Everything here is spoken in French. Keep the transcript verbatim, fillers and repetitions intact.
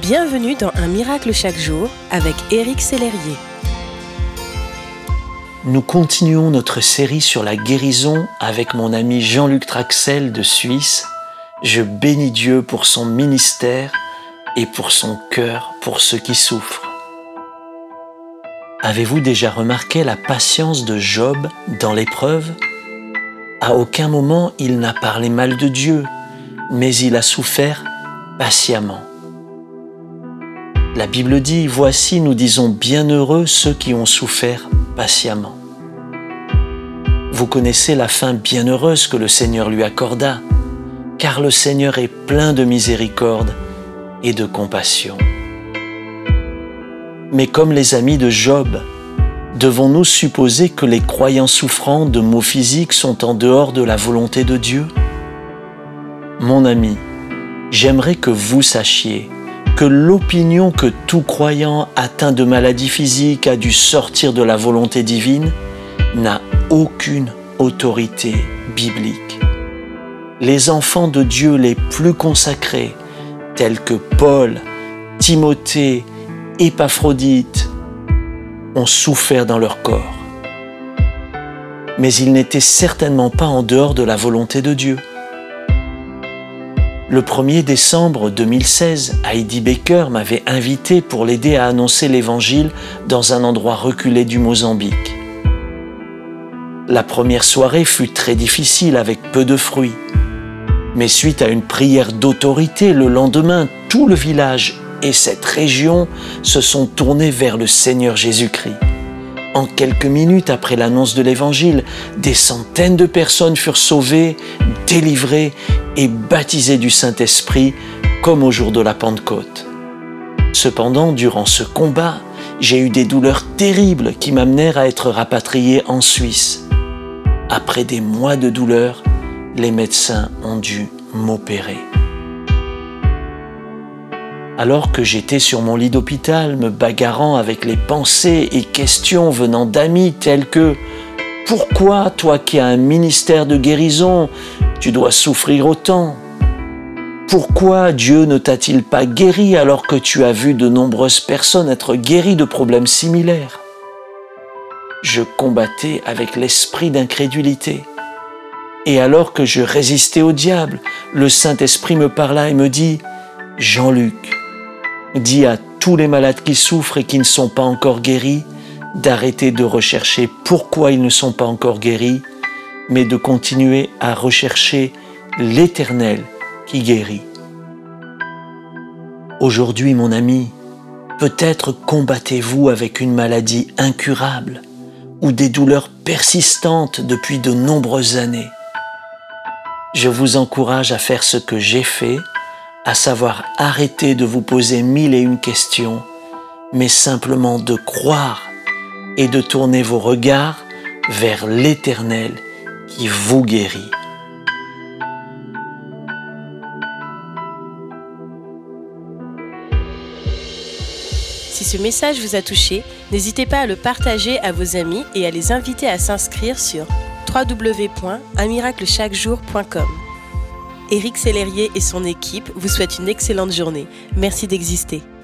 Bienvenue dans Un miracle chaque jour avec Éric Sellerier. Nous continuons notre série sur la guérison avec mon ami Jean-Luc Traxel de Suisse. Je bénis Dieu pour son ministère et pour son cœur pour ceux qui souffrent. Avez-vous déjà remarqué la patience de Job dans l'épreuve ? À aucun moment il n'a parlé mal de Dieu, mais il a souffert patiemment. La Bible dit « Voici, nous disons bienheureux ceux qui ont souffert patiemment ». Vous connaissez la fin bienheureuse que le Seigneur lui accorda, car le Seigneur est plein de miséricorde et de compassion. Mais comme les amis de Job, devons-nous supposer que les croyants souffrant de maux physiques sont en dehors de la volonté de Dieu ? Mon ami, j'aimerais que vous sachiez que l'opinion que tout croyant atteint de maladies physiques a dû sortir de la volonté divine n'a aucune autorité biblique. Les enfants de Dieu les plus consacrés, tels que Paul, Timothée, Épaphrodite, ont souffert dans leur corps. Mais ils n'étaient certainement pas en dehors de la volonté de Dieu. Le premier décembre deux mille seize, Heidi Baker m'avait invité pour l'aider à annoncer l'Évangile dans un endroit reculé du Mozambique. La première soirée fut très difficile avec peu de fruits. Mais suite à une prière d'autorité, le lendemain, tout le village et cette région se sont tournés vers le Seigneur Jésus-Christ. En quelques minutes après l'annonce de l'Évangile, des centaines de personnes furent sauvées, délivrées et baptisées du Saint-Esprit comme au jour de la Pentecôte. Cependant, durant ce combat, j'ai eu des douleurs terribles qui m'amenèrent à être rapatrié en Suisse. Après des mois de douleurs, les médecins ont dû m'opérer. Alors que j'étais sur mon lit d'hôpital, me bagarrant avec les pensées et questions venant d'amis tels que « Pourquoi, toi qui as un ministère de guérison, tu dois souffrir autant ? Pourquoi Dieu ne t'a-t-il pas guéri alors que tu as vu de nombreuses personnes être guéries de problèmes similaires ?» Je combattais avec l'esprit d'incrédulité. Et alors que je résistais au diable, le Saint-Esprit me parla et me dit « Jean-Luc, dis à tous les malades qui souffrent et qui ne sont pas encore guéris d'arrêter de rechercher pourquoi ils ne sont pas encore guéris, mais de continuer à rechercher l'Éternel qui guérit. » Aujourd'hui, mon ami, peut-être combattez-vous avec une maladie incurable ou des douleurs persistantes depuis de nombreuses années. Je vous encourage à faire ce que j'ai fait, à savoir arrêter de vous poser mille et une questions, mais simplement de croire et de tourner vos regards vers l'Éternel qui vous guérit. Si ce message vous a touché, n'hésitez pas à le partager à vos amis et à les inviter à s'inscrire sur w w w point un miracle chaque jour point com. Éric Sellerier et son équipe vous souhaitent une excellente journée. Merci d'exister.